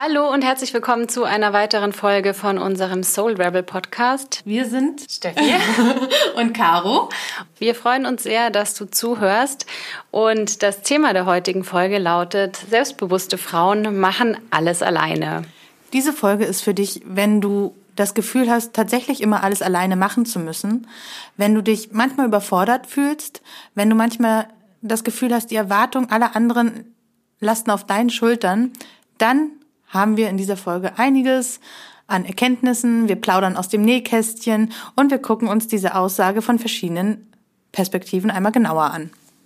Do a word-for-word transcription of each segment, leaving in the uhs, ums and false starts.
Hallo und herzlich willkommen zu einer weiteren Folge von unserem Soul Rebel Podcast. Wir sind Steffi und Caro. Wir freuen uns sehr, dass du zuhörst. Und das Thema der heutigen Folge lautet: Selbstbewusste Frauen machen alles alleine. Diese Folge ist für dich, wenn du das Gefühl hast, tatsächlich immer alles alleine machen zu müssen, wenn du dich manchmal überfordert fühlst, wenn du manchmal das Gefühl hast, die Erwartung aller anderen lasten auf deinen Schultern, dann haben wir in dieser Folge einiges an Erkenntnissen. Wir plaudern aus dem Nähkästchen und wir gucken uns diese Aussage von verschiedenen Perspektiven einmal genauer an.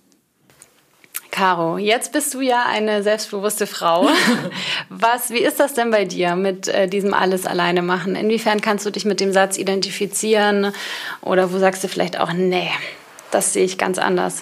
Caro, jetzt bist du ja eine selbstbewusste Frau. Was, wie ist das denn bei dir mit äh, diesem alles alleine machen? Inwiefern kannst du dich mit dem Satz identifizieren? Oder wo sagst du vielleicht auch, nee, das sehe ich ganz anders?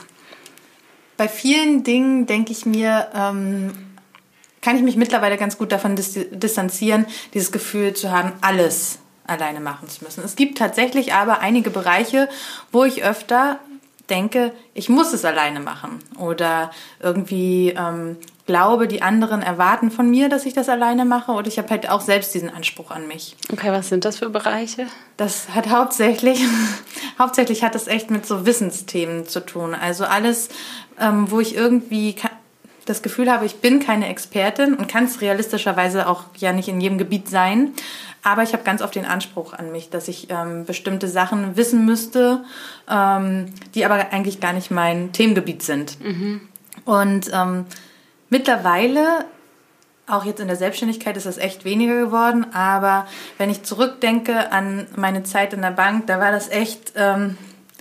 Bei vielen Dingen denke ich mir, ähm, kann ich mich mittlerweile ganz gut davon dis- distanzieren, dieses Gefühl zu haben, alles alleine machen zu müssen. Es gibt tatsächlich aber einige Bereiche, wo ich öfter denke, ich muss es alleine machen oder irgendwie ähm, glaube, die anderen erwarten von mir, dass ich das alleine mache, oder ich habe halt auch selbst diesen Anspruch an mich. Okay, was sind das für Bereiche? Das hat hauptsächlich, hauptsächlich hat es echt mit so Wissensthemen zu tun. Also alles, ähm, wo ich irgendwie das Gefühl habe, ich bin keine Expertin und kann es realistischerweise auch ja nicht in jedem Gebiet sein. Aber ich habe ganz oft den Anspruch an mich, dass ich ähm, bestimmte Sachen wissen müsste, ähm, die aber eigentlich gar nicht mein Themengebiet sind. Mhm. Und ähm, mittlerweile, auch jetzt in der Selbstständigkeit, ist das echt weniger geworden. Aber wenn ich zurückdenke an meine Zeit in der Bank, da war das echt... Ähm,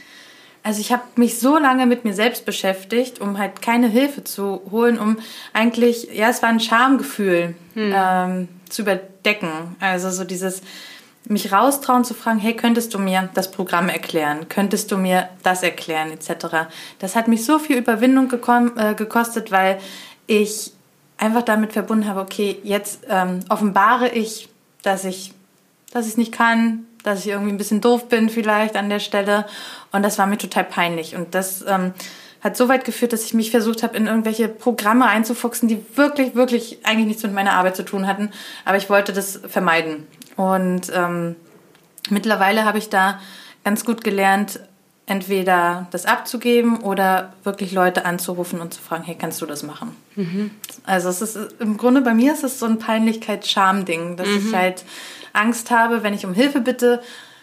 Also ich habe mich so lange mit mir selbst beschäftigt, um halt keine Hilfe zu holen, um eigentlich, ja, es war ein Schamgefühl hm. ähm, zu überdecken. Also so dieses, mich raustrauen zu fragen, hey, könntest du mir das Programm erklären? Könntest du mir das erklären, et cetera. Das hat mich so viel Überwindung gekom- äh, gekostet, weil ich einfach damit verbunden habe, okay, jetzt ähm, offenbare ich, dass ich dass ich es nicht kann, dass ich irgendwie ein bisschen doof bin vielleicht an der Stelle. Und das war mir total peinlich. Und das ähm, hat so weit geführt, dass ich mich versucht habe, in irgendwelche Programme einzufuchsen, die wirklich, wirklich eigentlich nichts mit meiner Arbeit zu tun hatten. Aber ich wollte das vermeiden. Und ähm, mittlerweile habe ich da ganz gut gelernt, entweder das abzugeben oder wirklich Leute anzurufen und zu fragen, hey, kannst du das machen? Mhm. Also es ist im Grunde, bei mir ist es so ein Peinlichkeits-Scham-Ding, dass mhm. ich halt Angst habe, wenn ich um Hilfe bitte,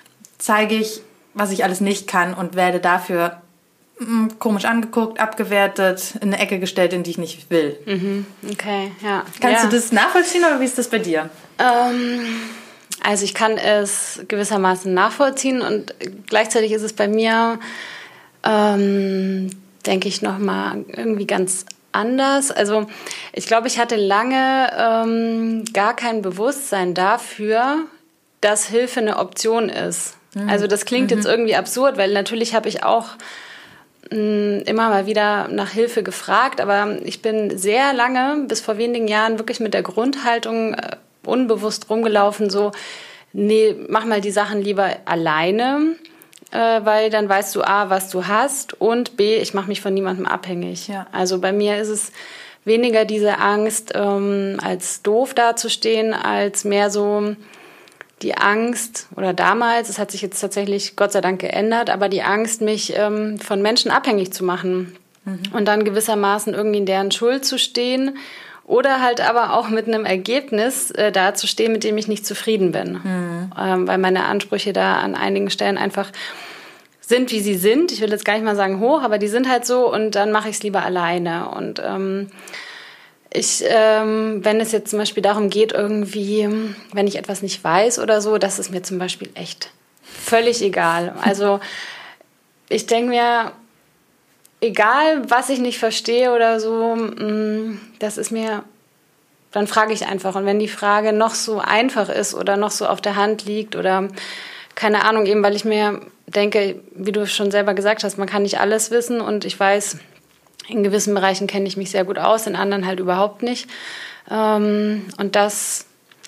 zeige ich, was ich alles nicht kann und werde dafür mh, komisch angeguckt, abgewertet, in eine Ecke gestellt, in die ich nicht will. Mhm. Okay, ja. Kannst ja. du das nachvollziehen oder wie ist das bei dir? Ähm, also ich kann es gewissermaßen nachvollziehen und gleichzeitig ist es bei mir, ähm, denke ich, nochmal irgendwie ganz anders. Also ich glaube, ich hatte lange ähm, gar kein Bewusstsein dafür, dass Hilfe eine Option ist. Mhm. Also das klingt mhm. jetzt irgendwie absurd, weil natürlich habe ich auch mh, immer mal wieder nach Hilfe gefragt, aber ich bin sehr lange, bis vor wenigen Jahren, wirklich mit der Grundhaltung äh, unbewusst rumgelaufen, so, nee, mach mal die Sachen lieber alleine, Äh, weil dann weißt du A, was du hast, und B, ich mache mich von niemandem abhängig. Ja. Also bei mir ist es weniger diese Angst, ähm, als doof dazustehen, als mehr so die Angst, oder damals, es hat sich jetzt tatsächlich Gott sei Dank geändert, aber die Angst, mich ähm, von Menschen abhängig zu machen mhm. und dann gewissermaßen irgendwie in deren Schuld zu stehen oder halt aber auch mit einem Ergebnis äh, dazustehen, mit dem ich nicht zufrieden bin. Mhm. Ähm, weil meine Ansprüche da an einigen Stellen einfach sind, wie sie sind. Ich will jetzt gar nicht mal sagen hoch, aber die sind halt so, und dann mache ich es lieber alleine. Und ähm, ich, ähm, wenn es jetzt zum Beispiel darum geht, irgendwie, wenn ich etwas nicht weiß oder so, das ist mir zum Beispiel echt völlig egal. Also ich denke mir, egal, was ich nicht verstehe oder so, das ist mir, dann frage ich einfach. Und wenn die Frage noch so einfach ist oder noch so auf der Hand liegt oder keine Ahnung, eben weil ich mir denke, wie du schon selber gesagt hast, man kann nicht alles wissen, und ich weiß, in gewissen Bereichen kenne ich mich sehr gut aus, in anderen halt überhaupt nicht. Und das...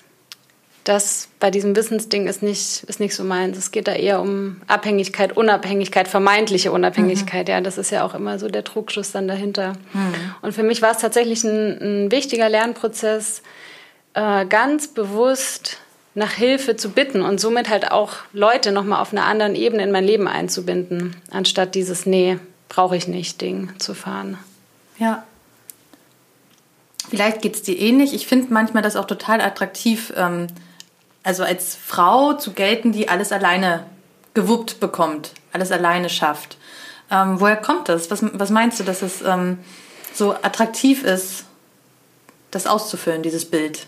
Das bei diesem Wissensding ist nicht, ist nicht so meins. Es geht da eher um Abhängigkeit, Unabhängigkeit, vermeintliche Unabhängigkeit. Mhm. Ja, das ist ja auch immer so der Trugschluss dann dahinter. Mhm. Und für mich war es tatsächlich ein, ein wichtiger Lernprozess, äh, ganz bewusst nach Hilfe zu bitten und somit halt auch Leute nochmal auf einer anderen Ebene in mein Leben einzubinden, anstatt dieses Nee, brauche ich nicht Ding zu fahren. Ja. Vielleicht geht es dir ähnlich. Ich finde manchmal das auch total attraktiv, ähm, also als Frau zu gelten, die alles alleine gewuppt bekommt, alles alleine schafft. Ähm, woher kommt das? Was, was meinst du, dass es ähm, so attraktiv ist, das auszufüllen, dieses Bild?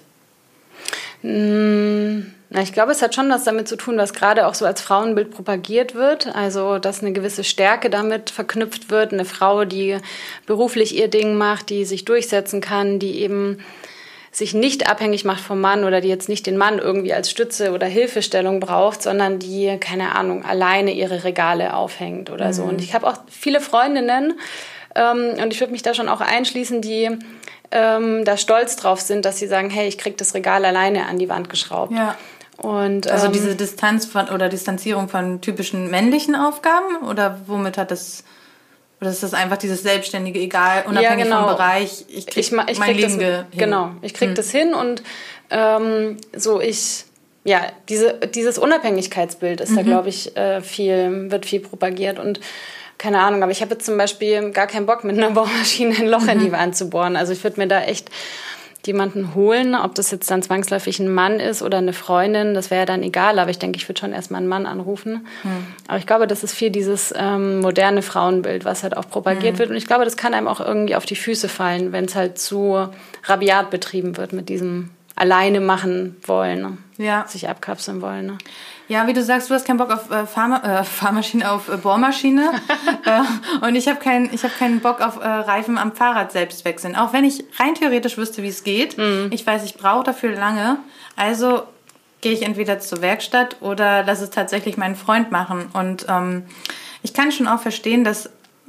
Na, ich glaube, es hat schon was damit zu tun, was gerade auch so als Frauenbild propagiert wird. Also, dass eine gewisse Stärke damit verknüpft wird. Eine Frau, die beruflich ihr Ding macht, die sich durchsetzen kann, die eben sich nicht abhängig macht vom Mann oder die jetzt nicht den Mann irgendwie als Stütze oder Hilfestellung braucht, sondern die, keine Ahnung, alleine ihre Regale aufhängt oder mhm. so. Und ich habe auch viele Freundinnen, ähm, und ich würde mich da schon auch einschließen, die ähm, da stolz drauf sind, dass sie sagen, hey, ich kriege das Regal alleine an die Wand geschraubt. Ja. Und, also ähm, diese Distanz von oder Distanzierung von typischen männlichen Aufgaben oder womit hat das, oder ist das einfach dieses selbstständige, egal, unabhängig ja, genau. vom Bereich, ich krieg, ich, ich mein krieg Leben das, hin. Genau, ich krieg hm. das hin und ähm, so ich, ja, diese, dieses Unabhängigkeitsbild ist mhm. da, glaube ich, äh, viel, wird viel propagiert und keine Ahnung, aber ich habe jetzt zum Beispiel gar keinen Bock, mit einer Bohrmaschine ein Loch mhm. in die Wand zu bohren. Also ich würde mir da echt jemanden holen, ob das jetzt dann zwangsläufig ein Mann ist oder eine Freundin, das wäre ja dann egal, aber ich denke, ich würde schon erstmal einen Mann anrufen. Mhm. Aber ich glaube, das ist viel dieses ähm, moderne Frauenbild, was halt auch propagiert mhm. wird und ich glaube, das kann einem auch irgendwie auf die Füße fallen, wenn es halt zu rabiat betrieben wird mit diesem alleine machen wollen, ne? Ja. Sich abkapseln wollen. Ne? Ja, wie du sagst, du hast keinen Bock auf äh, Fahrma- äh, Fahrmaschine, auf äh, Bohrmaschine äh, und ich habe keinen ich hab keinen Bock auf äh, Reifen am Fahrrad selbst wechseln. Auch wenn ich rein theoretisch wüsste, wie es geht. Mhm. Ich weiß, ich brauche dafür lange. Also gehe ich entweder zur Werkstatt oder lasse es tatsächlich meinen Freund machen. Und ähm, ich kann schon auch verstehen, dass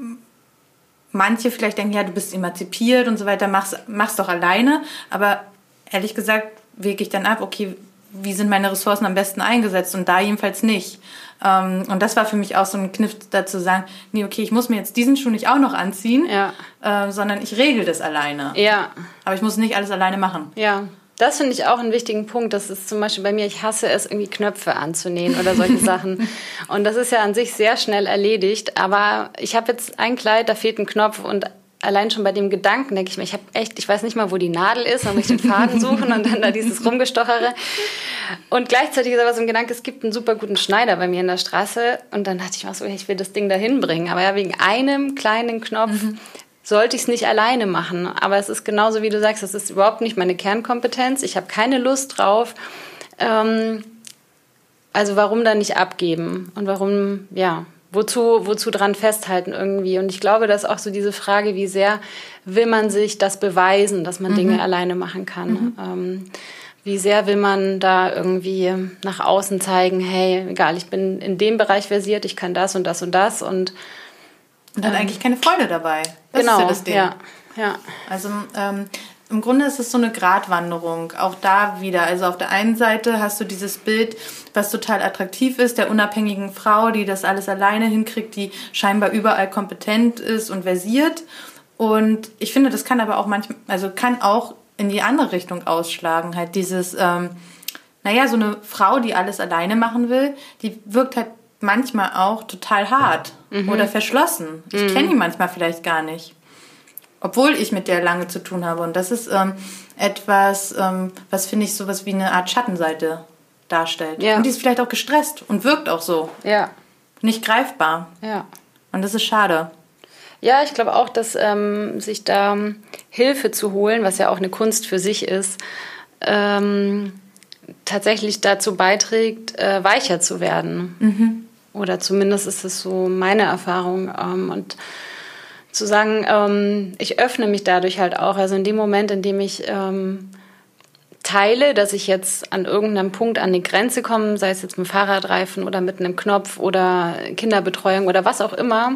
manche vielleicht denken, ja, du bist emanzipiert und so weiter, mach's, mach's doch alleine. Aber ehrlich gesagt wege ich dann ab, okay, wie sind meine Ressourcen am besten eingesetzt und da jedenfalls nicht. Ähm, und das war für mich auch so ein Kniff, dazu sagen, nee, okay, ich muss mir jetzt diesen Schuh nicht auch noch anziehen, ja. äh, sondern ich regel das alleine. Ja. Aber ich muss nicht alles alleine machen. Ja, das finde ich auch einen wichtigen Punkt. Das ist zum Beispiel bei mir, ich hasse es, irgendwie Knöpfe anzunähen oder solche Sachen. Und das ist ja an sich sehr schnell erledigt. Aber ich habe jetzt ein Kleid, da fehlt ein Knopf und allein schon bei dem Gedanken denke ich mir, ich habe echt, ich weiß nicht mal, wo die Nadel ist, dann muss ich den Faden suchen und dann da dieses Rumgestochere. Und gleichzeitig ist aber so ein Gedanke, es gibt einen super guten Schneider bei mir in der Straße und dann dachte ich mir so, ich will das Ding da hinbringen. Aber ja, wegen einem kleinen Knopf mhm. sollte ich es nicht alleine machen. Aber es ist genauso, wie du sagst, es ist überhaupt nicht meine Kernkompetenz. Ich habe keine Lust drauf. Ähm, also warum dann nicht abgeben? Und warum, ja... Wozu, wozu dran festhalten irgendwie? Und ich glaube, dass auch so diese Frage, wie sehr will man sich das beweisen, dass man mhm. Dinge alleine machen kann? Mhm. Ähm, wie sehr will man da irgendwie nach außen zeigen, hey, egal, ich bin in dem Bereich versiert, ich kann das und das und das. Und, und hat ähm, eigentlich keine Freude dabei. Das genau, ist ja das Ding. Ja, ja. Also ähm, im Grunde ist es so eine Gratwanderung, auch da wieder. Also auf der einen Seite hast du dieses Bild, was total attraktiv ist, der unabhängigen Frau, die das alles alleine hinkriegt, die scheinbar überall kompetent ist und versiert. Und ich finde, das kann aber auch manchmal, also kann auch in die andere Richtung ausschlagen. Halt dieses, ähm, naja, so eine Frau, die alles alleine machen will, die wirkt halt manchmal auch total hart mhm. oder verschlossen. Ich mhm. kenne die manchmal vielleicht gar nicht. Obwohl ich mit der lange zu tun habe. Und das ist ähm, etwas, ähm, was, finde ich, sowas wie eine Art Schattenseite darstellt. Ja. Und die ist vielleicht auch gestresst und wirkt auch so. Ja. Nicht greifbar. Ja. Und das ist schade. Ja, ich glaube auch, dass ähm, sich da Hilfe zu holen, was ja auch eine Kunst für sich ist, ähm, tatsächlich dazu beiträgt, äh, weicher zu werden. Mhm. Oder zumindest ist es so meine Erfahrung. Ähm, und zu sagen, ähm, ich öffne mich dadurch halt auch. Also in dem Moment, in dem ich ähm, teile, dass ich jetzt an irgendeinem Punkt an die Grenze komme, sei es jetzt mit dem Fahrradreifen oder mit einem Knopf oder Kinderbetreuung oder was auch immer,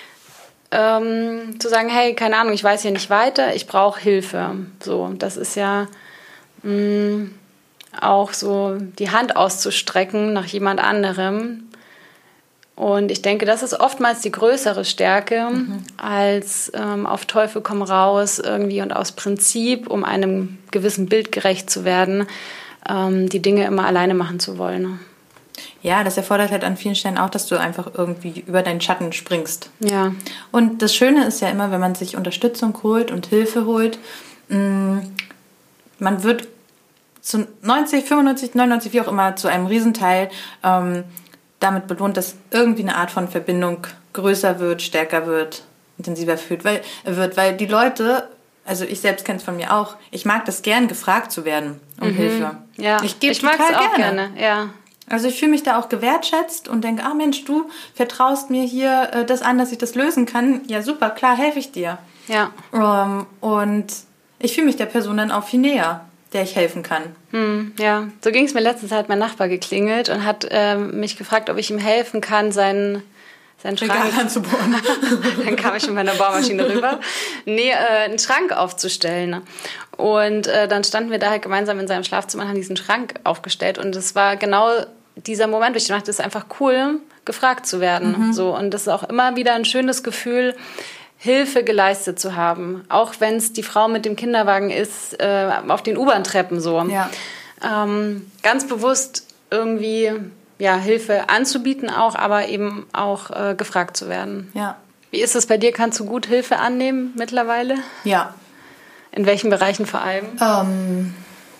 ähm, zu sagen, hey, keine Ahnung, ich weiß hier nicht weiter, ich brauche Hilfe. So, das ist ja mh, auch so die Hand auszustrecken nach jemand anderem, Und ich denke, das ist oftmals die größere Stärke, mhm. als ähm, auf Teufel komm raus irgendwie und aus Prinzip, um einem gewissen Bild gerecht zu werden, ähm, die Dinge immer alleine machen zu wollen. Ja, das erfordert halt an vielen Stellen auch, dass du einfach irgendwie über deinen Schatten springst. Ja. Und das Schöne ist ja immer, wenn man sich Unterstützung holt und Hilfe holt, mh, man wird zu neunzig, fünfundneunzig, neunundneunzig, wie auch immer, zu einem Riesenteil ähm, damit belohnt, dass irgendwie eine Art von Verbindung größer wird, stärker wird, intensiver fühlt, weil, wird. Weil die Leute, also ich selbst kenne es von mir auch, ich mag das gern, gefragt zu werden um mhm. Hilfe. Ja, ich gebe ich mag es auch gerne. gerne. Ja. Also ich fühle mich da auch gewertschätzt und denke, ah Mensch, du vertraust mir hier äh, das an, dass ich das lösen kann. Ja super, klar, helfe ich dir. Ja. Ähm, und ich fühle mich der Person dann auch viel näher, der ich helfen kann. Hm, ja, so ging es mir letztens, hat mein Nachbar geklingelt und hat ähm, mich gefragt, ob ich ihm helfen kann, seinen, seinen Schrank anzubohren. Dann kam ich mit meiner Bohrmaschine rüber. Nee, äh, einen Schrank aufzustellen. Und äh, dann standen wir da halt gemeinsam in seinem Schlafzimmer und haben diesen Schrank aufgestellt. Und es war genau dieser Moment, wo ich dachte, es ist einfach cool, gefragt zu werden. Mhm. So, und das ist auch immer wieder ein schönes Gefühl, Hilfe geleistet zu haben. Auch wenn es die Frau mit dem Kinderwagen ist, äh, auf den U-Bahn-Treppen so. Ja. Ähm, ganz bewusst irgendwie ja, Hilfe anzubieten auch, aber eben auch äh, gefragt zu werden. Ja. Wie ist es bei dir? Kannst du gut Hilfe annehmen mittlerweile? Ja. In welchen Bereichen vor allem? Ähm,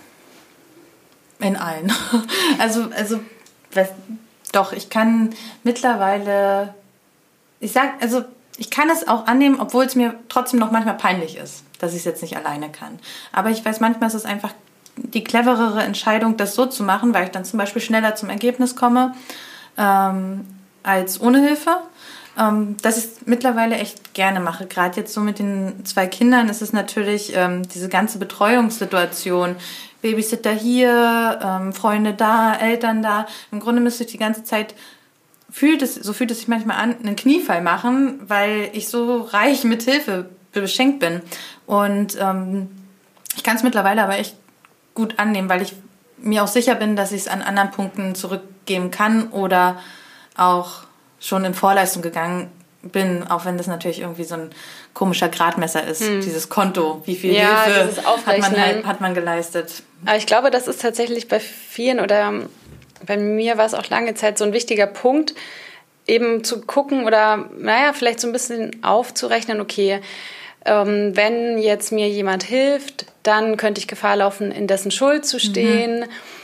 in allen. Also, also was, doch, ich kann mittlerweile, ich sag, also ich kann es auch annehmen, obwohl es mir trotzdem noch manchmal peinlich ist, dass ich es jetzt nicht alleine kann. Aber ich weiß, manchmal ist es einfach die cleverere Entscheidung, das so zu machen, weil ich dann zum Beispiel schneller zum Ergebnis komme, ähm, als ohne Hilfe. Ähm, dass ich es mittlerweile echt gerne mache. Gerade jetzt so mit den zwei Kindern ist es natürlich ähm, diese ganze Betreuungssituation. Babysitter hier, ähm, Freunde da, Eltern da. Im Grunde müsste ich die ganze Zeit, fühlt es, so fühlt es sich manchmal an, einen Kniefall machen, weil ich so reich mit Hilfe beschenkt bin. Und ähm, ich kann es mittlerweile aber echt gut annehmen, weil ich mir auch sicher bin, dass ich es an anderen Punkten zurückgeben kann oder auch schon in Vorleistung gegangen bin, auch wenn das natürlich irgendwie so ein komischer Gradmesser ist, hm. dieses Konto, wie viel ja, Hilfe hat man, halt, hat man geleistet. Aber ich glaube, das ist tatsächlich bei vielen oder bei mir war es auch lange Zeit so ein wichtiger Punkt, eben zu gucken oder, naja, vielleicht so ein bisschen aufzurechnen, okay, ähm, wenn jetzt mir jemand hilft, dann könnte ich Gefahr laufen, in dessen Schuld zu stehen. Mhm.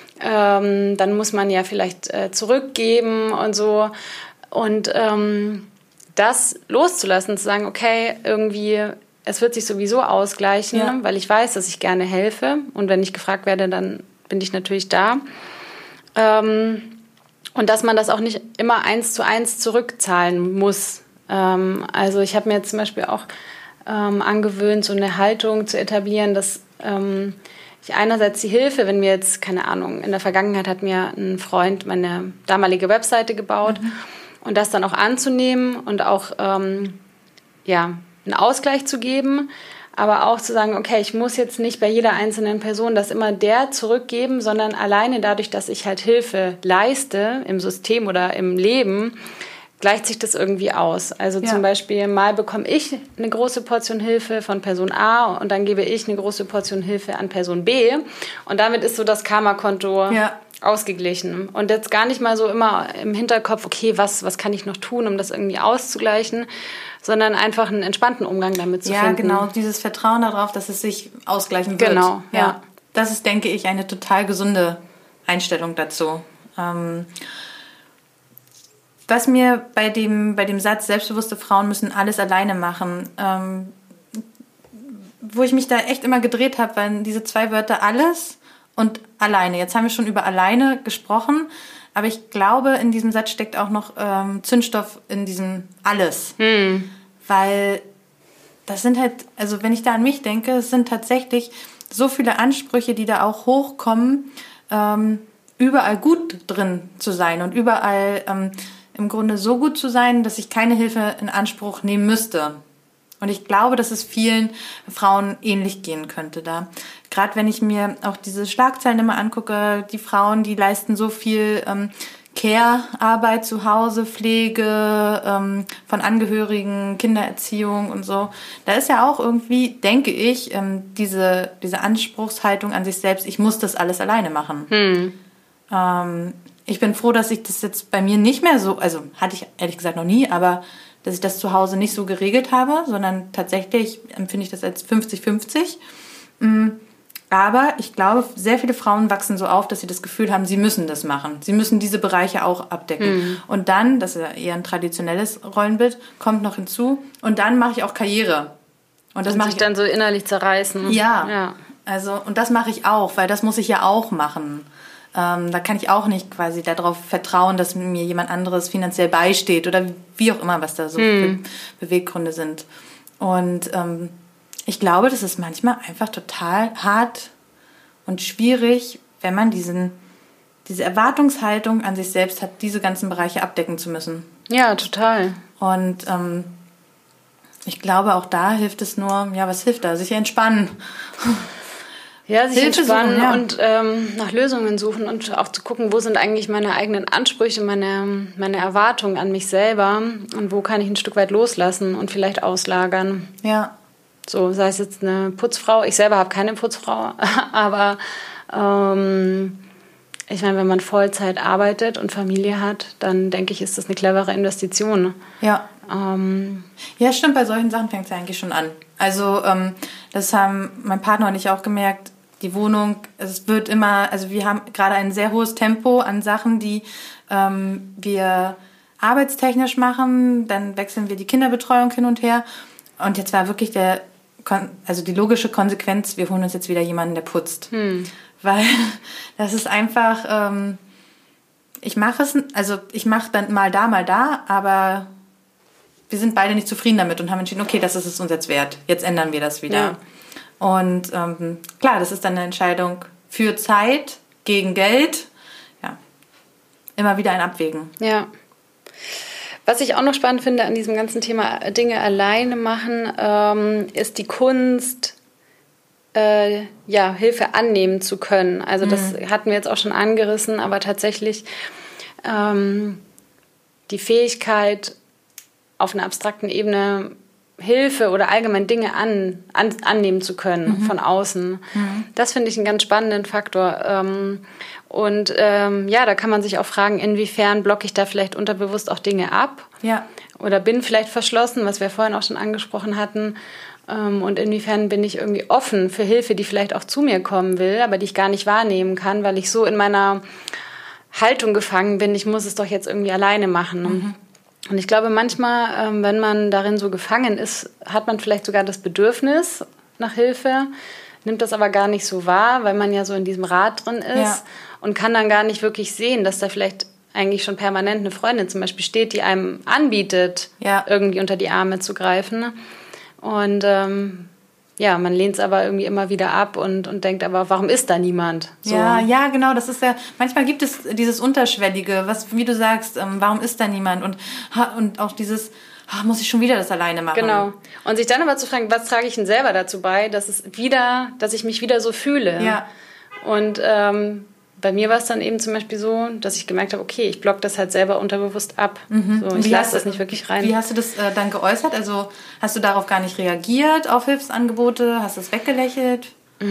Ähm, dann muss man ja vielleicht äh, zurückgeben und so. Und ähm, das loszulassen, zu sagen, okay, irgendwie, es wird sich sowieso ausgleichen, ja. weil ich weiß, dass ich gerne helfe. Und wenn ich gefragt werde, dann bin ich natürlich da. Ähm, und dass man das auch nicht immer eins zu eins zurückzahlen muss. Ähm, also ich habe mir jetzt zum Beispiel auch ähm, angewöhnt, so eine Haltung zu etablieren, dass ähm, ich einerseits die Hilfe, wenn mir jetzt, keine Ahnung, in der Vergangenheit hat mir ein Freund meine damalige Webseite gebaut, mhm. und das dann auch anzunehmen und auch ähm, ja, einen Ausgleich zu geben, aber auch zu sagen, okay, ich muss jetzt nicht bei jeder einzelnen Person das immer der zurückgeben, sondern alleine dadurch, dass ich halt Hilfe leiste im System oder im Leben, gleicht sich das irgendwie aus. Also ja. zum Beispiel mal bekomme ich eine große Portion Hilfe von Person A und dann gebe ich eine große Portion Hilfe an Person B und damit ist so das Karma-Konto ja. ausgeglichen. Und jetzt gar nicht mal so immer im Hinterkopf, okay, was, was kann ich noch tun, um das irgendwie auszugleichen, sondern einfach einen entspannten Umgang damit zu ja, finden. Ja, genau, dieses Vertrauen darauf, dass es sich ausgleichen wird. Genau, ja. ja. Das ist, denke ich, eine total gesunde Einstellung dazu. Ähm, was mir bei dem, bei dem Satz, selbstbewusste Frauen müssen alles alleine machen, ähm, wo ich mich da echt immer gedreht habe, waren diese zwei Wörter alles und alleine. Jetzt haben wir schon über alleine gesprochen, aber ich glaube, in diesem Satz steckt auch noch ähm, Zündstoff in diesem alles. Hm. Weil das sind halt, also wenn ich da an mich denke, es sind tatsächlich so viele Ansprüche, die da auch hochkommen, ähm, überall gut drin zu sein und überall ähm, im Grunde so gut zu sein, dass ich keine Hilfe in Anspruch nehmen müsste. Und ich glaube, dass es vielen Frauen ähnlich gehen könnte da. Gerade wenn ich mir auch diese Schlagzeilen immer angucke, die Frauen, die leisten so viel ähm, Care-Arbeit zu Hause, Pflege ähm, von Angehörigen, Kindererziehung und so. Da ist ja auch irgendwie, denke ich, ähm, diese, diese Anspruchshaltung an sich selbst, ich muss das alles alleine machen. Hm. Ähm, ich bin froh, dass ich das jetzt bei mir nicht mehr so, also hatte ich ehrlich gesagt noch nie, aber dass ich das zu Hause nicht so geregelt habe, sondern tatsächlich empfinde ich das als fünfzig fünfzig. Aber ich glaube, sehr viele Frauen wachsen so auf, dass sie das Gefühl haben, sie müssen das machen. Sie müssen diese Bereiche auch abdecken. Mhm. Und dann, das ist ja eher ein traditionelles Rollenbild, kommt noch hinzu. Und dann mache ich auch Karriere. Und das mache ich dann so innerlich zerreißen. Ja, ja. Also, und das mache ich auch, weil das muss ich ja auch machen. Ähm, da kann ich auch nicht quasi darauf vertrauen, dass mir jemand anderes finanziell beisteht oder wie auch immer, was da so hm. für Beweggründe sind. Und ähm, ich glaube, das ist manchmal einfach total hart und schwierig, wenn man diesen, diese Erwartungshaltung an sich selbst hat, diese ganzen Bereiche abdecken zu müssen. Ja, total. Und ähm, ich glaube, auch da hilft es nur, ja, was hilft da? Sich entspannen. Ja, sich Hilfe entspannen suchen, ja. und ähm, nach Lösungen suchen und auch zu gucken, wo sind eigentlich meine eigenen Ansprüche, meine, meine Erwartungen an mich selber und wo kann ich ein Stück weit loslassen und vielleicht auslagern. Ja. So, sei es jetzt eine Putzfrau. Ich selber habe keine Putzfrau, aber ähm, ich meine, wenn man Vollzeit arbeitet und Familie hat, dann denke ich, ist das eine clevere Investition. Ja. Ähm, ja, stimmt, bei solchen Sachen fängt es ja eigentlich schon an. Also ähm, das haben mein Partner und ich auch gemerkt, die Wohnung, es wird immer, also wir haben gerade ein sehr hohes Tempo an Sachen, die ähm, wir arbeitstechnisch machen, dann wechseln wir die Kinderbetreuung hin und her und jetzt war wirklich der, also die logische Konsequenz, wir holen uns jetzt wieder jemanden, der putzt. Hm. Weil das ist einfach, ähm, ich mache es, also ich mache dann mal da, mal da, aber wir sind beide nicht zufrieden damit und haben entschieden, okay, das ist es uns jetzt wert. Jetzt ändern wir das wieder. Ja. Und ähm, klar, das ist dann eine Entscheidung für Zeit, gegen Geld. Ja, immer wieder ein Abwägen. Ja. Was ich auch noch spannend finde an diesem ganzen Thema Dinge alleine machen, ähm, ist die Kunst, äh, ja, Hilfe annehmen zu können. Also das mhm. hatten wir jetzt auch schon angerissen, aber tatsächlich ähm, die Fähigkeit, auf einer abstrakten Ebene Hilfe oder allgemein Dinge an, an, annehmen zu können mhm. von außen. Mhm. Das finde ich einen ganz spannenden Faktor. Ähm, und ähm, ja, da kann man sich auch fragen, inwiefern blocke ich da vielleicht unterbewusst auch Dinge ab? Ja. Oder bin vielleicht verschlossen, was wir vorhin auch schon angesprochen hatten. Ähm, und inwiefern bin ich irgendwie offen für Hilfe, die vielleicht auch zu mir kommen will, aber die ich gar nicht wahrnehmen kann, weil ich so in meiner Haltung gefangen bin, ich muss es doch jetzt irgendwie alleine machen. Mhm. Und ich glaube, manchmal, wenn man darin so gefangen ist, hat man vielleicht sogar das Bedürfnis nach Hilfe, nimmt das aber gar nicht so wahr, weil man ja so in diesem Rad drin ist ja. und kann dann gar nicht wirklich sehen, dass da vielleicht eigentlich schon permanent eine Freundin zum Beispiel steht, die einem anbietet, ja. irgendwie unter die Arme zu greifen. Und ähm, ja, man lehnt es aber irgendwie immer wieder ab und, und denkt aber, warum ist da niemand? So. Ja, ja, genau, das ist ja, manchmal gibt es dieses Unterschwellige, was, wie du sagst, ähm, warum ist da niemand? Und, und auch dieses, ach, muss ich schon wieder das alleine machen? Genau. Und sich dann aber zu fragen, was trage ich denn selber dazu bei, dass es wieder, dass ich mich wieder so fühle? Ja. Und ähm, bei mir war es dann eben zum Beispiel so, dass ich gemerkt habe, okay, ich block das halt selber unterbewusst ab. Mhm. So, ich lasse das nicht wirklich rein. Wie hast du das äh, dann geäußert? Also hast du darauf gar nicht reagiert, auf Hilfsangebote? Hast du es weggelächelt?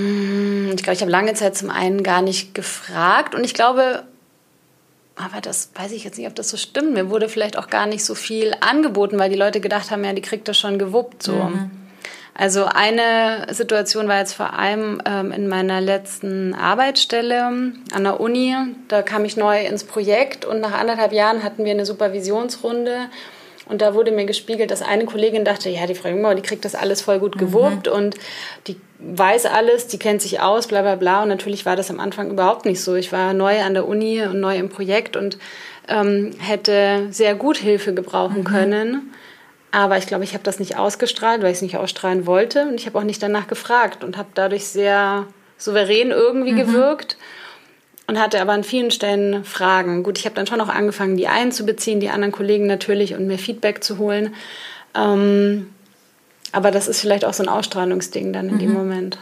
Ich glaube, ich habe lange Zeit zum einen gar nicht gefragt. Und ich glaube, aber das weiß ich jetzt nicht, ob das so stimmt. Mir wurde vielleicht auch gar nicht so viel angeboten, weil die Leute gedacht haben, ja, die kriegt das schon gewuppt. So. Mhm. Also eine Situation war jetzt vor allem ähm, in meiner letzten Arbeitsstelle an der Uni. Da kam ich neu ins Projekt und nach anderthalb Jahren hatten wir eine Supervisionsrunde. Und da wurde mir gespiegelt, dass eine Kollegin dachte, ja, die Frau Jungmauer, die kriegt das alles voll gut gewuppt mhm. und die weiß alles, die kennt sich aus, bla bla bla. Und natürlich war das am Anfang überhaupt nicht so. Ich war neu an der Uni und neu im Projekt und ähm, hätte sehr gut Hilfe gebrauchen mhm. können. Aber ich glaube, ich habe das nicht ausgestrahlt, weil ich es nicht ausstrahlen wollte. Und ich habe auch nicht danach gefragt und habe dadurch sehr souverän irgendwie mhm. gewirkt und hatte aber an vielen Stellen Fragen. Gut, ich habe dann schon auch angefangen, die einzubeziehen, die anderen Kollegen natürlich und mir Feedback zu holen. Ähm, aber das ist vielleicht auch so ein Ausstrahlungsding dann in mhm. dem Moment.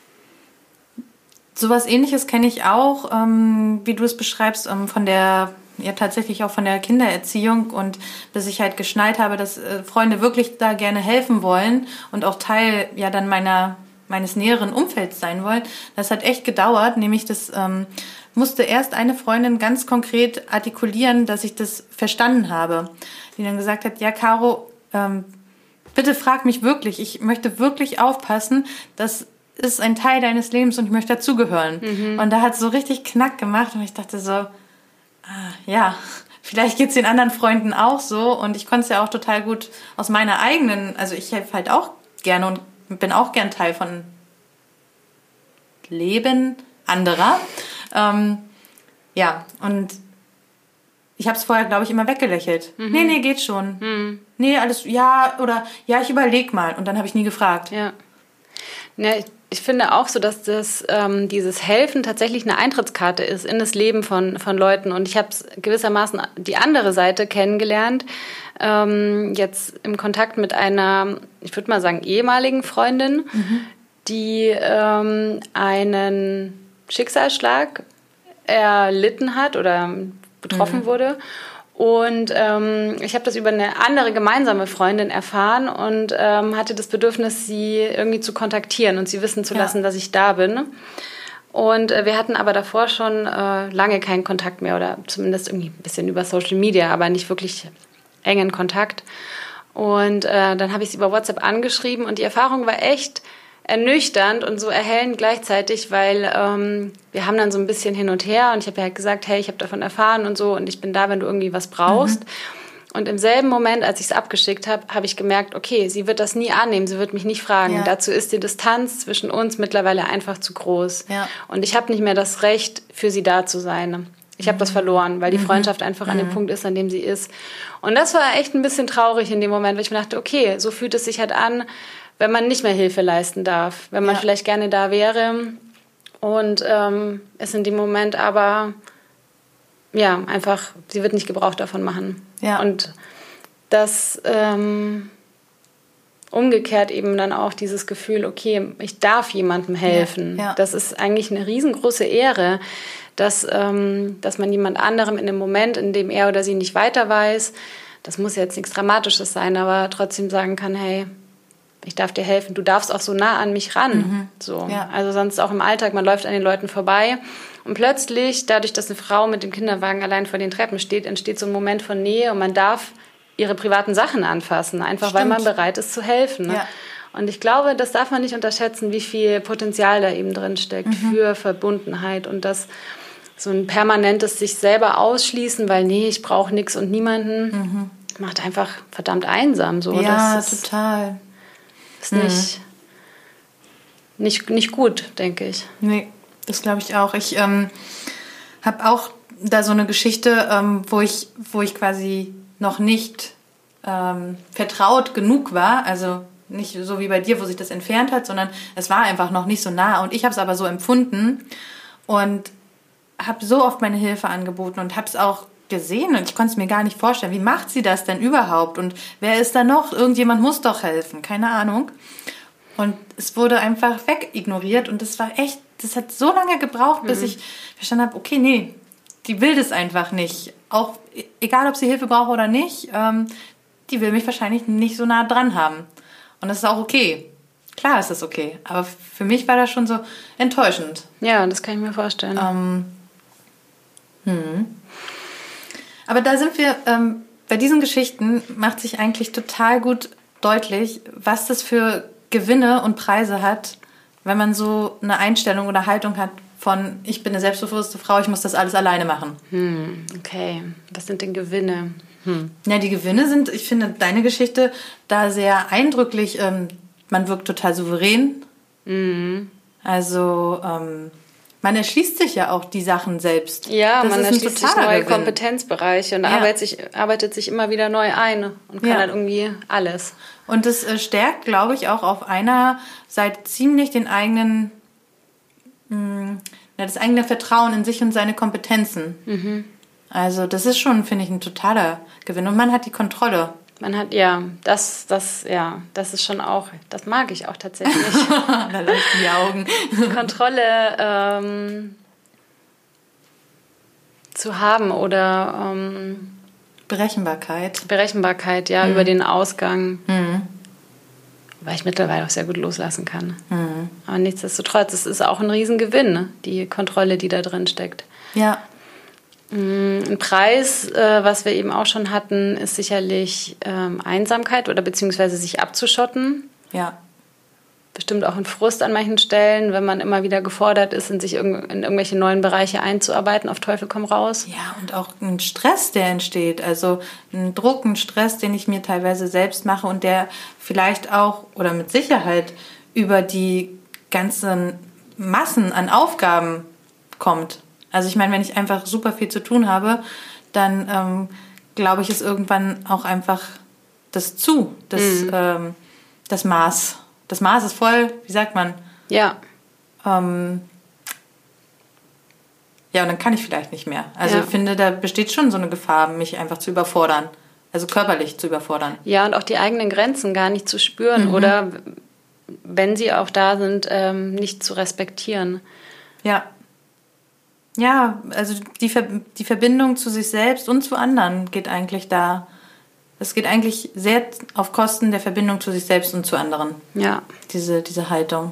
Sowas Ähnliches kenne ich auch, ähm, wie du es beschreibst, ähm, von der ja tatsächlich auch von der Kindererziehung und bis ich halt geschnallt habe, dass äh, Freunde wirklich da gerne helfen wollen und auch Teil ja dann meiner meines näheren Umfelds sein wollen. Das hat echt gedauert, nämlich das ähm, musste erst eine Freundin ganz konkret artikulieren, dass ich das verstanden habe. Die dann gesagt hat, ja Caro, ähm, bitte frag mich wirklich, ich möchte wirklich aufpassen, das ist ein Teil deines Lebens und ich möchte dazugehören. Mhm. Und da hat es so richtig Knack gemacht und ich dachte so, ah, ja, vielleicht geht's den anderen Freunden auch so und ich konnte es ja auch total gut aus meiner eigenen, also ich helfe halt auch gerne und bin auch gern Teil von Leben anderer. Ähm, ja, und ich habe es vorher, glaube ich, immer weggelächelt. Mhm. Nee, nee, geht schon. Mhm. Nee, alles, ja, oder ja, ich überleg mal. Und dann habe ich nie gefragt. Ja. Ja, ich, ich finde auch so, dass das ähm, dieses Helfen tatsächlich eine Eintrittskarte ist in das Leben von, von Leuten. Und ich habe gewissermaßen die andere Seite kennengelernt. Ähm, jetzt im Kontakt mit einer, ich würde mal sagen, ehemaligen Freundin, mhm. die ähm, einen Schicksalsschlag erlitten hat oder betroffen mhm. wurde. Und ähm, ich habe das über eine andere gemeinsame Freundin erfahren und ähm, hatte das Bedürfnis, sie irgendwie zu kontaktieren und sie wissen zu lassen, ja. dass ich da bin. Und äh, wir hatten aber davor schon äh, lange keinen Kontakt mehr oder zumindest irgendwie ein bisschen über Social Media, aber nicht wirklich engen Kontakt. Und äh, dann habe ich sie über WhatsApp angeschrieben und die Erfahrung war echt ernüchternd und so erhellend gleichzeitig, weil ähm, wir haben dann so ein bisschen hin und her und ich habe ja halt gesagt, hey, ich habe davon erfahren und so und ich bin da, wenn du irgendwie was brauchst. Mhm. Und im selben Moment, als ich es abgeschickt habe, habe ich gemerkt, okay, sie wird das nie annehmen, sie wird mich nicht fragen. Ja. Dazu ist die Distanz zwischen uns mittlerweile einfach zu groß. Ja. Und ich habe nicht mehr das Recht, für sie da zu sein. Ich habe mhm. das verloren, weil die Freundschaft einfach mhm. an dem Punkt ist, an dem sie ist. Und das war echt ein bisschen traurig in dem Moment, weil ich mir dachte, okay, so fühlt es sich halt an, wenn man nicht mehr Hilfe leisten darf, wenn man ja. vielleicht gerne da wäre und ähm, es in dem Moment aber, ja, einfach, sie wird nicht Gebrauch davon machen. Ja. Und das ähm, umgekehrt eben dann auch dieses Gefühl, okay, ich darf jemandem helfen. Ja. Ja. Das ist eigentlich eine riesengroße Ehre, dass, ähm, dass man jemand anderem in dem Moment, in dem er oder sie nicht weiter weiß, das muss jetzt nichts Dramatisches sein, aber trotzdem sagen kann, hey, ich darf dir helfen, du darfst auch so nah an mich ran. Mhm. So. Ja. Also sonst auch im Alltag, man läuft an den Leuten vorbei und plötzlich, dadurch, dass eine Frau mit dem Kinderwagen allein vor den Treppen steht, entsteht so ein Moment von Nähe und man darf ihre privaten Sachen anfassen, einfach Stimmt. weil man bereit ist zu helfen. Ne? Ja. Und ich glaube, das darf man nicht unterschätzen, wie viel Potenzial da eben drin steckt mhm. für Verbundenheit und das so ein permanentes sich selber ausschließen, weil nee, ich brauche nichts und niemanden, mhm. macht einfach verdammt einsam. So. Ja, das ist, total. Ist nicht, mhm. nicht, nicht gut, denke ich. Nee, das glaube ich auch. Ich ähm, habe auch da so eine Geschichte, ähm, wo ich, wo ich quasi noch nicht ähm, vertraut genug war. Also nicht so wie bei dir, wo sich das entfernt hat, sondern es war einfach noch nicht so nah. Und ich habe es aber so empfunden und habe so oft meine Hilfe angeboten und habe es auch gesehen und ich konnte es mir gar nicht vorstellen. Wie macht sie das denn überhaupt? Und wer ist da noch? Irgendjemand muss doch helfen. Keine Ahnung. Und es wurde einfach wegignoriert und das war echt, das hat so lange gebraucht, bis mhm. ich verstanden habe, okay, nee, die will das einfach nicht. Auch egal, ob sie Hilfe braucht oder nicht, ähm, die will mich wahrscheinlich nicht so nah dran haben. Und das ist auch okay. Klar ist das okay. Aber für mich war das schon so enttäuschend. Ja, das kann ich mir vorstellen. Ähm, hm. Aber da sind wir, ähm, bei diesen Geschichten macht sich eigentlich total gut deutlich, was das für Gewinne und Preise hat, wenn man so eine Einstellung oder Haltung hat von, ich bin eine selbstbewusste Frau, ich muss das alles alleine machen. Hm, okay, was sind denn Gewinne? Hm. Ja, die Gewinne sind, ich finde deine Geschichte da sehr eindrücklich, ähm, man wirkt total souverän. Mhm. Also, ähm, man erschließt sich ja auch die Sachen selbst. Ja, das man erschließt sich neue Gewinn. Kompetenzbereiche und ja. arbeitet, sich, arbeitet sich immer wieder neu ein und kann ja. dann irgendwie alles. Und das äh, stärkt, glaube ich, auch auf einer Seite ziemlich den eigenen, mh, das eigene Vertrauen in sich und seine Kompetenzen. Mhm. Also das ist schon, finde ich, ein totaler Gewinn. Und man hat die Kontrolle. Man hat, ja, das, das, ja, das ist schon auch, das mag ich auch tatsächlich. Da leuchten die Augen. Kontrolle ähm, zu haben oder ähm, Berechenbarkeit. Berechenbarkeit, ja, mhm. über den Ausgang. Mhm. Weil ich mittlerweile auch sehr gut loslassen kann. Mhm. Aber nichtsdestotrotz, es ist auch ein Riesengewinn, ne? Die Kontrolle, die da drin steckt. Ja. Ein Preis, äh, was wir eben auch schon hatten, ist sicherlich ähm, Einsamkeit oder beziehungsweise sich abzuschotten. Ja. Bestimmt auch ein Frust an manchen Stellen, wenn man immer wieder gefordert ist, in sich irg- in irgendwelche neuen Bereiche einzuarbeiten, auf Teufel komm raus. Ja, und auch ein Stress, der entsteht. Also ein Druck, ein Stress, den ich mir teilweise selbst mache und der vielleicht auch oder mit Sicherheit über die ganzen Massen an Aufgaben kommt. Also ich meine, wenn ich einfach super viel zu tun habe, dann ähm, glaube ich, ist irgendwann auch einfach das zu, das, mhm. ähm, das Maß. Das Maß ist voll, wie sagt man? Ja. Ähm, ja, und dann kann ich vielleicht nicht mehr. Also ja. ich finde, da besteht schon so eine Gefahr, mich einfach zu überfordern. Also körperlich zu überfordern. Ja, und auch die eigenen Grenzen gar nicht zu spüren mhm. oder, wenn sie auch da sind, ähm, nicht zu respektieren. Ja. Ja, also die, Ver- die Verbindung zu sich selbst und zu anderen geht eigentlich da. Es geht eigentlich sehr auf Kosten der Verbindung zu sich selbst und zu anderen. Ja. Diese, diese Haltung.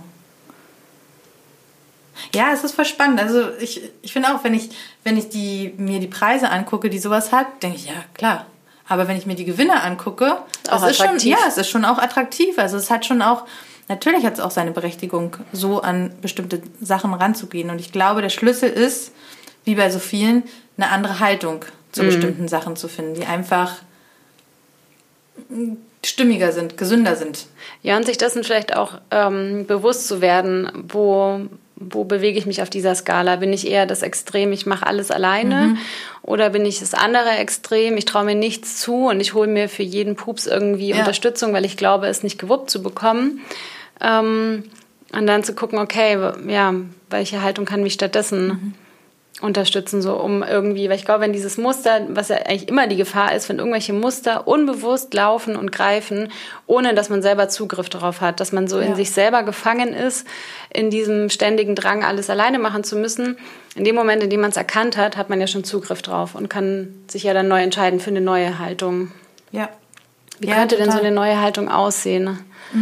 Ja, es ist voll spannend. Also ich, ich finde auch, wenn ich, wenn ich die, mir die Preise angucke, die sowas hat, denke ich, ja, klar. Aber wenn ich mir die Gewinne angucke, auch das ist schon, attraktiv. ja, es ist schon auch attraktiv. Also es hat schon auch, natürlich hat es auch seine Berechtigung, so an bestimmte Sachen ranzugehen. Und ich glaube, der Schlüssel ist, wie bei so vielen, eine andere Haltung zu mhm. bestimmten Sachen zu finden, die einfach stimmiger sind, gesünder sind. Ja, und sich dessen vielleicht auch ähm, bewusst zu werden, wo, wo bewege ich mich auf dieser Skala? Bin ich eher das Extrem, ich mache alles alleine? Mhm. Oder bin ich das andere Extrem, ich traue mir nichts zu und ich hole mir für jeden Pups irgendwie ja. Unterstützung, weil ich glaube, es nicht gewuppt zu bekommen. Ähm, und dann zu gucken, okay, ja, welche Haltung kann mich stattdessen mhm. unterstützen, so um irgendwie, weil ich glaube, wenn dieses Muster, was ja eigentlich immer die Gefahr ist, wenn irgendwelche Muster unbewusst laufen und greifen, ohne dass man selber Zugriff darauf hat, dass man so ja. in sich selber gefangen ist, in diesem ständigen Drang, alles alleine machen zu müssen. In dem Moment, in dem man es erkannt hat, hat man ja schon Zugriff drauf und kann sich ja dann neu entscheiden für eine neue Haltung. Ja. Wie ja, könnte total. denn so eine neue Haltung aussehen?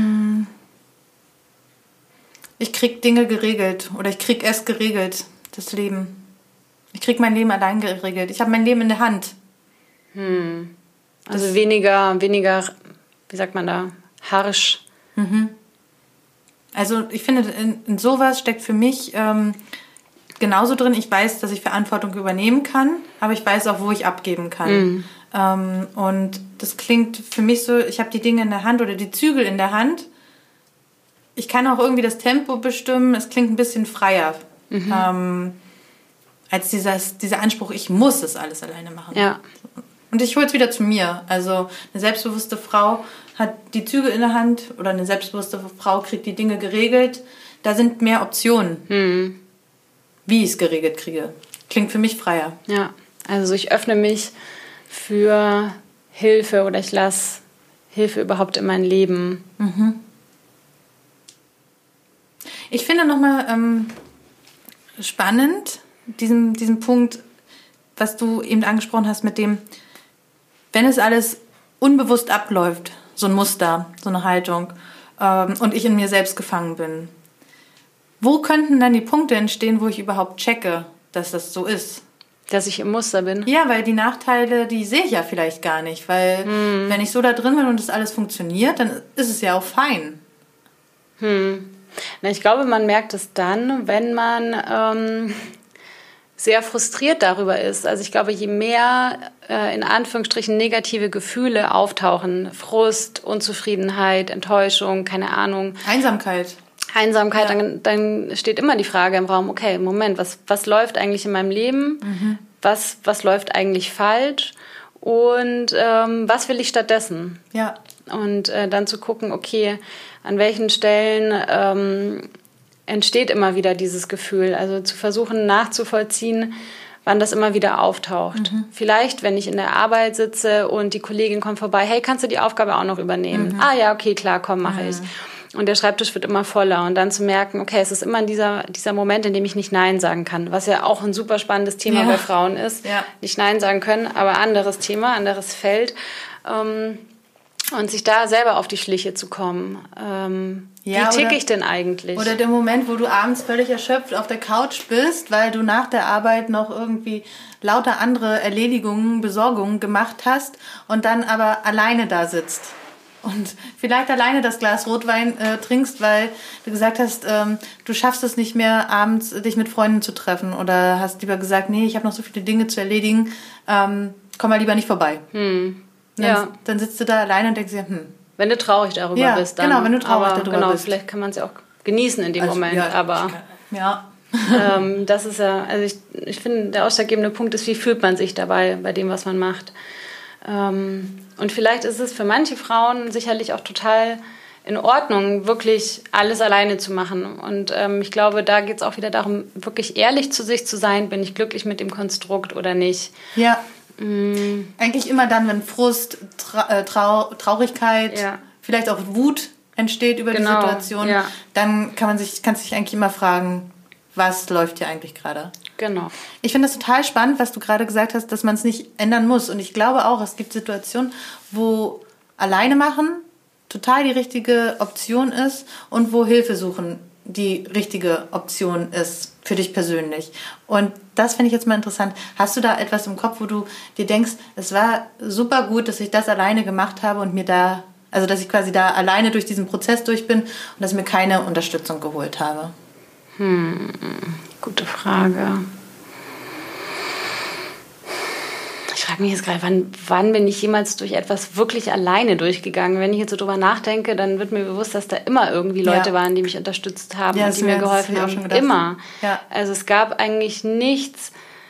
Ich krieg Dinge geregelt oder ich krieg es geregelt, das Leben. Ich kriege mein Leben allein geregelt. Ich habe mein Leben in der Hand. Hm. Also das weniger, weniger, wie sagt man da, harsch. Mhm. Also ich finde, in, in sowas steckt für mich ähm, genauso drin. Ich weiß, dass ich Verantwortung übernehmen kann, aber ich weiß auch, wo ich abgeben kann. Mhm. Ähm, und das klingt für mich so, ich habe die Dinge in der Hand oder die Zügel in der Hand. Ich kann auch irgendwie das Tempo bestimmen. Es klingt ein bisschen freier. Mhm. Ähm, als dieses, dieser Anspruch, ich muss das alles alleine machen. Ja. Und ich hole es wieder zu mir. Also eine selbstbewusste Frau hat die Züge in der Hand oder eine selbstbewusste Frau kriegt die Dinge geregelt. Da sind mehr Optionen, hm. wie ich es geregelt kriege. Klingt für mich freier. Ja, also ich öffne mich für Hilfe oder ich lasse Hilfe überhaupt in mein Leben. Mhm. Ich finde nochmal ähm, spannend, Diesen, diesen Punkt, was du eben angesprochen hast mit dem, wenn es alles unbewusst abläuft, so ein Muster, so eine Haltung, ähm, und ich in mir selbst gefangen bin, wo könnten dann die Punkte entstehen, wo ich überhaupt checke, dass das so ist? Dass ich im Muster bin? Ja, weil die Nachteile, die sehe ich ja vielleicht gar nicht, weil hm. wenn ich so da drin bin und das alles funktioniert, dann ist es ja auch fein. Hm. Na, ich glaube, man merkt es dann, wenn man ähm sehr frustriert darüber ist. Also ich glaube, je mehr äh, in Anführungsstrichen negative Gefühle auftauchen, Frust, Unzufriedenheit, Enttäuschung, keine Ahnung. Einsamkeit. Einsamkeit, ja. dann, dann steht immer die Frage im Raum, okay, Moment, was, was läuft eigentlich in meinem Leben? Mhm. Was, was läuft eigentlich falsch? Und ähm, was will ich stattdessen? Ja. Und äh, dann zu gucken, okay, an welchen Stellen ähm, entsteht immer wieder dieses Gefühl. Also zu versuchen nachzuvollziehen, wann das immer wieder auftaucht. Mhm. Vielleicht, wenn ich in der Arbeit sitze und die Kollegin kommt vorbei, hey, kannst du die Aufgabe auch noch übernehmen? Mhm. Ah ja, okay, klar, komm, mache mhm. ich. und der Schreibtisch wird immer voller. Und dann zu merken, okay, es ist immer dieser, dieser Moment, in dem ich nicht Nein sagen kann, was ja auch ein super spannendes Thema ja. bei Frauen ist. Ja. Nicht Nein sagen können, aber anderes Thema, anderes Feld. Ähm, und sich da selber auf die Schliche zu kommen. Ähm, ja, wie ticke ich denn eigentlich? Oder der Moment, wo du abends völlig erschöpft auf der Couch bist, weil du nach der Arbeit noch irgendwie lauter andere Erledigungen, Besorgungen gemacht hast und dann aber alleine da sitzt. Und vielleicht alleine das Glas Rotwein äh, trinkst, weil du gesagt hast, ähm, du schaffst es nicht mehr, abends dich mit Freunden zu treffen. Oder hast lieber gesagt, nee, ich habe noch so viele Dinge zu erledigen, ähm, komm mal lieber nicht vorbei. Hm. Dann, ja. dann sitzt du da alleine und denkst dir, hm. Wenn du traurig darüber ja, bist, dann. Genau, wenn du traurig aber, darüber genau, bist. Vielleicht kann man es ja auch genießen in dem also, Moment, ja, aber. Kann, ja. ähm, das ist ja, also ich, ich finde, der ausschlaggebende Punkt ist, wie fühlt man sich dabei, bei dem, was man macht. Ähm, und vielleicht ist es für manche Frauen sicherlich auch total in Ordnung, wirklich alles alleine zu machen. Und ähm, ich glaube, da geht es auch wieder darum, wirklich ehrlich zu sich zu sein, bin ich glücklich mit dem Konstrukt oder nicht. Ja. Mm. Eigentlich immer dann, wenn Frust, Tra- Trau- Traurigkeit, ja. vielleicht auch Wut entsteht über genau. die Situation, ja. dann kann man sich, kannst du dich eigentlich immer fragen, was läuft hier eigentlich gerade? Genau. Ich finde das total spannend, was du gerade gesagt hast, dass man es nicht ändern muss. Und ich glaube auch, es gibt Situationen, wo alleine machen total die richtige Option ist und wo Hilfe suchen die richtige Option ist für dich persönlich. Und das finde ich jetzt mal interessant. Hast du da etwas im Kopf, wo du dir denkst, es war super gut, dass ich das alleine gemacht habe und mir da, also dass ich quasi da alleine durch diesen Prozess durch bin und dass ich mir keine Unterstützung geholt habe? Hm, gute Frage. Ich frage mich jetzt gerade, wann, wann bin ich jemals durch etwas wirklich alleine durchgegangen? Wenn ich jetzt so drüber nachdenke, dann wird mir bewusst, dass da immer irgendwie Leute ja. waren, die mich unterstützt haben ja, und die mir geholfen haben. Immer. Ja. Also es gab eigentlich nichts,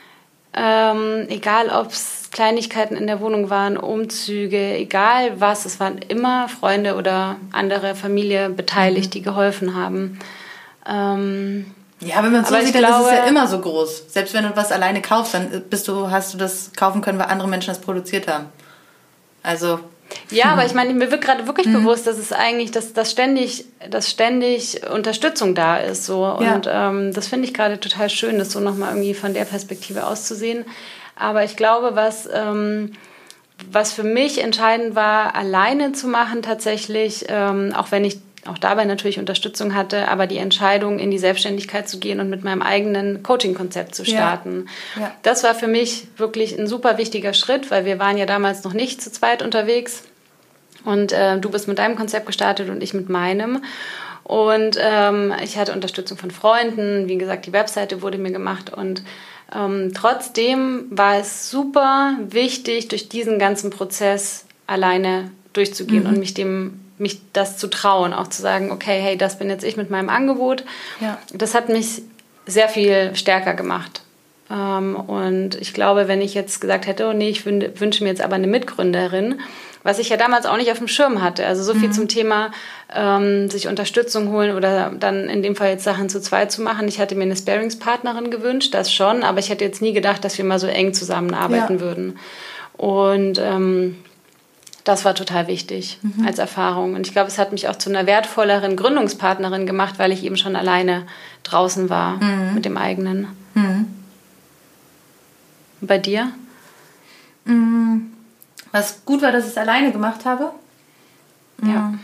ähm, egal ob es Kleinigkeiten in der Wohnung waren, Umzüge, egal was, es waren immer Freunde oder andere Familie beteiligt, mhm. die geholfen haben. Ähm, ja, wenn man es so sieht, dann glaube, ist es ja immer so groß. Selbst wenn du was alleine kaufst, dann bist du, hast du das kaufen können, weil andere Menschen das produziert haben. Also. Ja, hm. aber ich meine, mir wird gerade wirklich hm. bewusst, dass es eigentlich, dass, dass, ständig, dass ständig Unterstützung da ist. So. Und ja. ähm, das finde ich gerade total schön, das so nochmal irgendwie von der Perspektive auszusehen. Aber ich glaube, was, ähm, was für mich entscheidend war, alleine zu machen tatsächlich, ähm, auch wenn ich auch dabei natürlich Unterstützung hatte, aber die Entscheidung, in die Selbstständigkeit zu gehen und mit meinem eigenen Coaching-Konzept zu starten. Ja. Ja. Das war für mich wirklich ein super wichtiger Schritt, weil wir waren ja damals noch nicht zu zweit unterwegs. Und äh, du bist mit deinem Konzept gestartet und ich mit meinem. Und ähm, ich hatte Unterstützung von Freunden. Wie gesagt, die Webseite wurde mir gemacht. Und ähm, trotzdem war es super wichtig, durch diesen ganzen Prozess alleine durchzugehen mhm. und mich dem mich das zu trauen, auch zu sagen, okay, hey, das bin jetzt ich mit meinem Angebot. Ja. Das hat mich sehr viel stärker gemacht. Ähm, und ich glaube, wenn ich jetzt gesagt hätte, oh nee, ich wün- wünsche mir jetzt aber eine Mitgründerin, was ich ja damals auch nicht auf dem Schirm hatte. Also so viel mhm. zum Thema ähm, sich Unterstützung holen oder dann in dem Fall jetzt Sachen zu zweit zu machen. Ich hatte mir eine Sparingspartnerin gewünscht, das schon, aber ich hätte jetzt nie gedacht, dass wir mal so eng zusammenarbeiten ja. würden. Und ähm, das war total wichtig mhm. als Erfahrung. Und ich glaube, es hat mich auch zu einer wertvolleren Gründungspartnerin gemacht, weil ich eben schon alleine draußen war mhm. mit dem eigenen. Mhm. Und bei dir? Mhm. Was gut war, dass ich es alleine gemacht habe. Ja.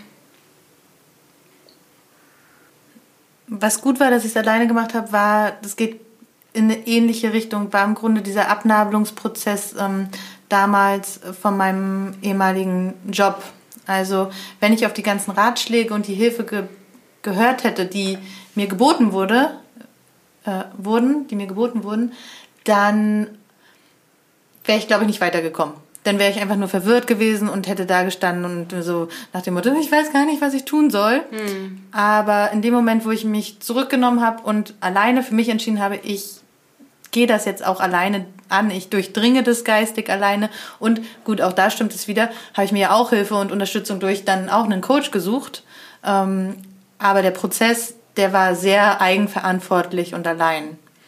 Was gut war, dass ich es alleine gemacht habe, war, das geht in eine ähnliche Richtung, war im Grunde dieser Abnabelungsprozess ähm, damals von meinem ehemaligen Job. Also wenn ich auf die ganzen Ratschläge und die Hilfe ge- gehört hätte, die mir geboten wurde, äh, wurden, die mir geboten wurden, dann wäre ich, glaube ich, nicht weitergekommen. Dann wäre ich einfach nur verwirrt gewesen und hätte da gestanden und so nach dem Motto, ich weiß gar nicht, was ich tun soll. Hm. Aber in dem Moment, wo ich mich zurückgenommen habe und alleine für mich entschieden habe, ich gehe das jetzt auch alleine an, ich durchdringe das geistig alleine und gut, auch da stimmt es wieder, habe ich mir ja auch Hilfe und Unterstützung durch dann auch einen Coach gesucht. Ähm, aber der Prozess, der war sehr eigenverantwortlich und allein.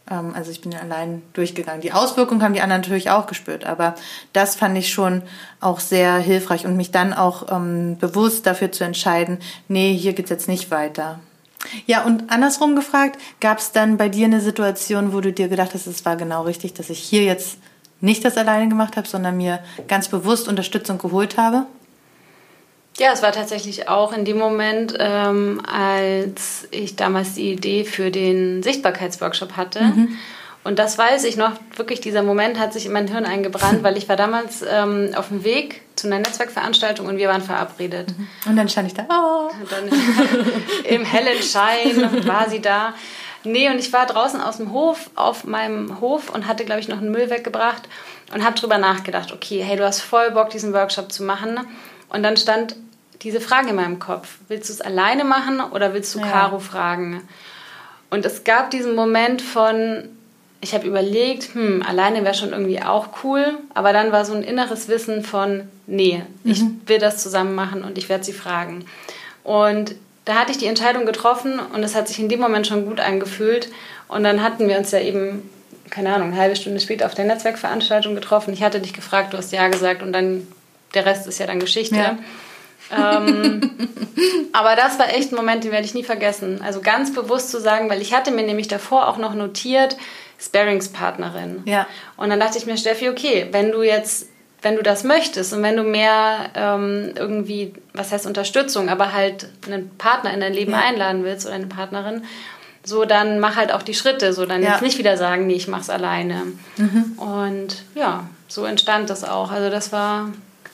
Ähm, also ich bin ja allein durchgegangen. Die Auswirkungen haben die anderen natürlich auch gespürt, aber das fand ich schon auch sehr hilfreich und mich dann auch ähm, bewusst dafür zu entscheiden, nee, hier geht's jetzt nicht weiter. Ja, und andersrum gefragt, gab es dann bei dir eine Situation, wo du dir gedacht hast, es war genau richtig, dass ich hier jetzt nicht das alleine gemacht habe, sondern mir ganz bewusst Unterstützung geholt habe? Ja, es war tatsächlich auch in dem Moment, ähm, als ich damals die Idee für den Sichtbarkeitsworkshop hatte. Mhm. Und das weiß ich noch, wirklich dieser Moment hat sich in mein Hirn eingebrannt, weil ich war damals ähm, auf dem Weg zu einer Netzwerkveranstaltung und wir waren verabredet. Mhm. Und dann stand ich da, oh. Und dann im hellen Schein war sie da. Nee, und ich war draußen aus dem Hof, auf meinem Hof und hatte, glaube ich, noch einen Müll weggebracht und habe drüber nachgedacht, okay, hey, du hast voll Bock, diesen Workshop zu machen. Und dann stand diese Frage in meinem Kopf, willst du es alleine machen oder willst du ja. Caro fragen? Und es gab diesen Moment von, ich habe überlegt, hm, alleine wäre schon irgendwie auch cool, aber dann war so ein inneres Wissen von, nee, mhm. ich will das zusammen machen und ich werde sie fragen. Und da hatte ich die Entscheidung getroffen und es hat sich in dem Moment schon gut angefühlt. Und dann hatten wir uns ja eben, keine Ahnung, eine halbe Stunde später auf der Netzwerkveranstaltung getroffen. Ich hatte dich gefragt, du hast ja gesagt und dann, der Rest ist ja dann Geschichte. Ja. ähm, aber das war echt ein Moment, den werde ich nie vergessen. Also ganz bewusst zu sagen, weil ich hatte mir nämlich davor auch noch notiert, Sparringspartnerin. Ja. Und dann dachte ich mir, Steffi, okay, wenn du jetzt, wenn du das möchtest und wenn du mehr ähm, irgendwie, was heißt Unterstützung, aber halt einen Partner in dein Leben ja. einladen willst oder eine Partnerin, so dann mach halt auch die Schritte, so dann ja. jetzt nicht wieder sagen, nee, ich mach's alleine. Mhm. Und ja, so entstand das auch. Also das war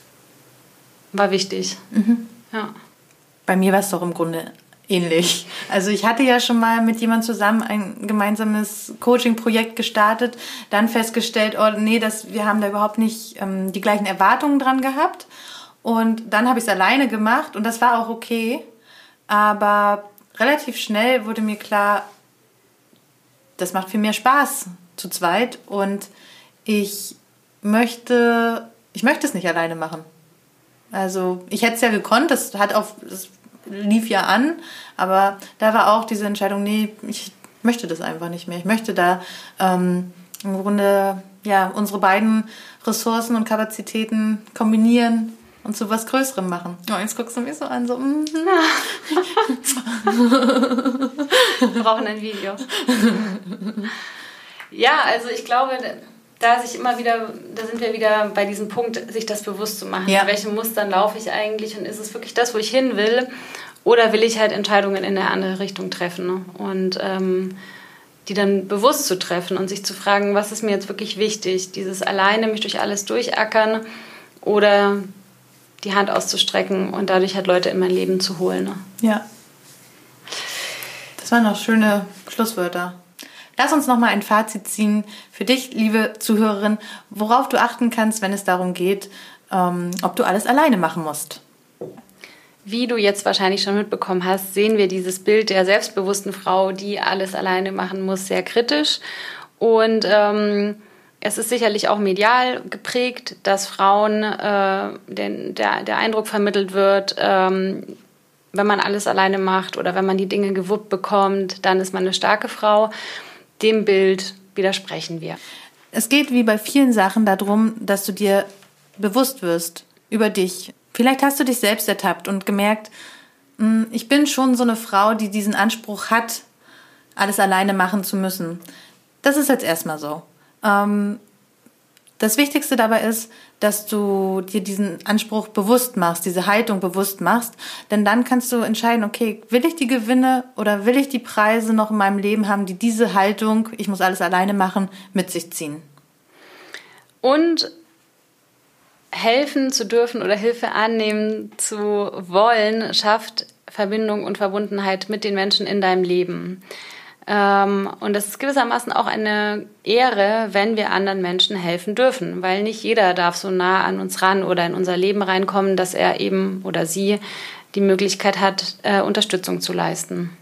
war wichtig. Mhm. Ja. Bei mir war es doch im Grunde ähnlich. Also ich hatte ja schon mal mit jemandem zusammen ein gemeinsames Coaching-Projekt gestartet, dann festgestellt, oh nee, das, wir haben da überhaupt nicht ähm, die gleichen Erwartungen dran gehabt. Und dann habe ich es alleine gemacht und das war auch okay. Aber relativ schnell wurde mir klar, das macht viel mehr Spaß zu zweit und ich möchte, ich möchte es nicht alleine machen. Also ich hätte es ja gekonnt, das hat auch, das lief ja an, aber da war auch diese Entscheidung, nee, ich möchte das einfach nicht mehr. Ich möchte da ähm, im Grunde ja unsere beiden Ressourcen und Kapazitäten kombinieren und zu was Größerem machen. Oh, jetzt guckst du mich so an, so mm-hmm. Wir brauchen ein Video. Ja, also ich glaube, da sich immer wieder, da sind wir wieder bei diesem Punkt, sich das bewusst zu machen. Ja. In welchen Mustern laufe ich eigentlich und ist es wirklich das, wo ich hin will? Oder will ich halt Entscheidungen in eine andere Richtung treffen? Ne? Und ähm, die dann bewusst zu treffen und sich zu fragen, was ist mir jetzt wirklich wichtig? Dieses alleine mich durch alles durchackern oder die Hand auszustrecken und dadurch halt Leute in mein Leben zu holen. Ne? Ja. Das waren noch schöne Schlusswörter. Lass uns noch mal ein Fazit ziehen für dich, liebe Zuhörerin, worauf du achten kannst, wenn es darum geht, ähm, ob du alles alleine machen musst. Wie du jetzt wahrscheinlich schon mitbekommen hast, sehen wir dieses Bild der selbstbewussten Frau, die alles alleine machen muss, sehr kritisch. Und ähm, es ist sicherlich auch medial geprägt, dass Frauen äh, den, der, der Eindruck vermittelt wird, ähm, wenn man alles alleine macht oder wenn man die Dinge gewuppt bekommt, dann ist man eine starke Frau. Dem Bild widersprechen wir. Es geht wie bei vielen Sachen darum, dass du dir bewusst wirst über dich. Vielleicht hast du dich selbst ertappt und gemerkt, ich bin schon so eine Frau, die diesen Anspruch hat, alles alleine machen zu müssen. Das ist jetzt erstmal so. Das Wichtigste dabei ist, dass du dir diesen Anspruch bewusst machst, diese Haltung bewusst machst, denn dann kannst du entscheiden, okay, will ich die Gewinne oder will ich die Preise noch in meinem Leben haben, die diese Haltung, ich muss alles alleine machen, mit sich ziehen. Und helfen zu dürfen oder Hilfe annehmen zu wollen, schafft Verbindung und Verbundenheit mit den Menschen in deinem Leben. Und das ist gewissermaßen auch eine Ehre, wenn wir anderen Menschen helfen dürfen, weil nicht jeder darf so nah an uns ran oder in unser Leben reinkommen, dass er eben oder sie die Möglichkeit hat, Unterstützung zu leisten.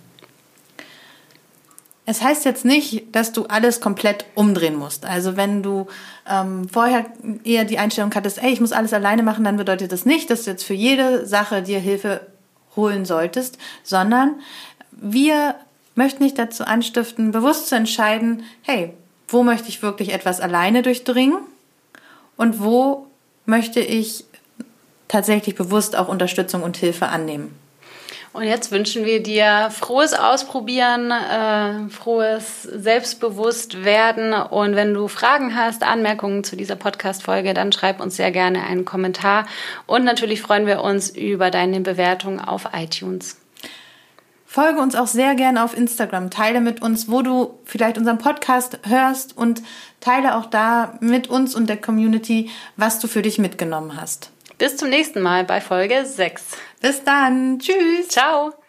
Es heißt jetzt nicht, dass du alles komplett umdrehen musst. Also wenn du ähm, vorher eher die Einstellung hattest, ey, ich muss alles alleine machen, dann bedeutet das nicht, dass du jetzt für jede Sache dir Hilfe holen solltest, sondern wir möchten dich dazu anstiften, bewusst zu entscheiden, hey, wo möchte ich wirklich etwas alleine durchdringen und wo möchte ich tatsächlich bewusst auch Unterstützung und Hilfe annehmen. Und jetzt wünschen wir dir frohes Ausprobieren, äh, frohes Selbstbewusstwerden. Und wenn du Fragen hast, Anmerkungen zu dieser Podcast-Folge, dann schreib uns sehr gerne einen Kommentar. Und natürlich freuen wir uns über deine Bewertung auf iTunes. Folge uns auch sehr gerne auf Instagram. Teile mit uns, wo du vielleicht unseren Podcast hörst und teile auch da mit uns und der Community, was du für dich mitgenommen hast. Bis zum nächsten Mal bei Folge sechs. Bis dann. Tschüss. Ciao.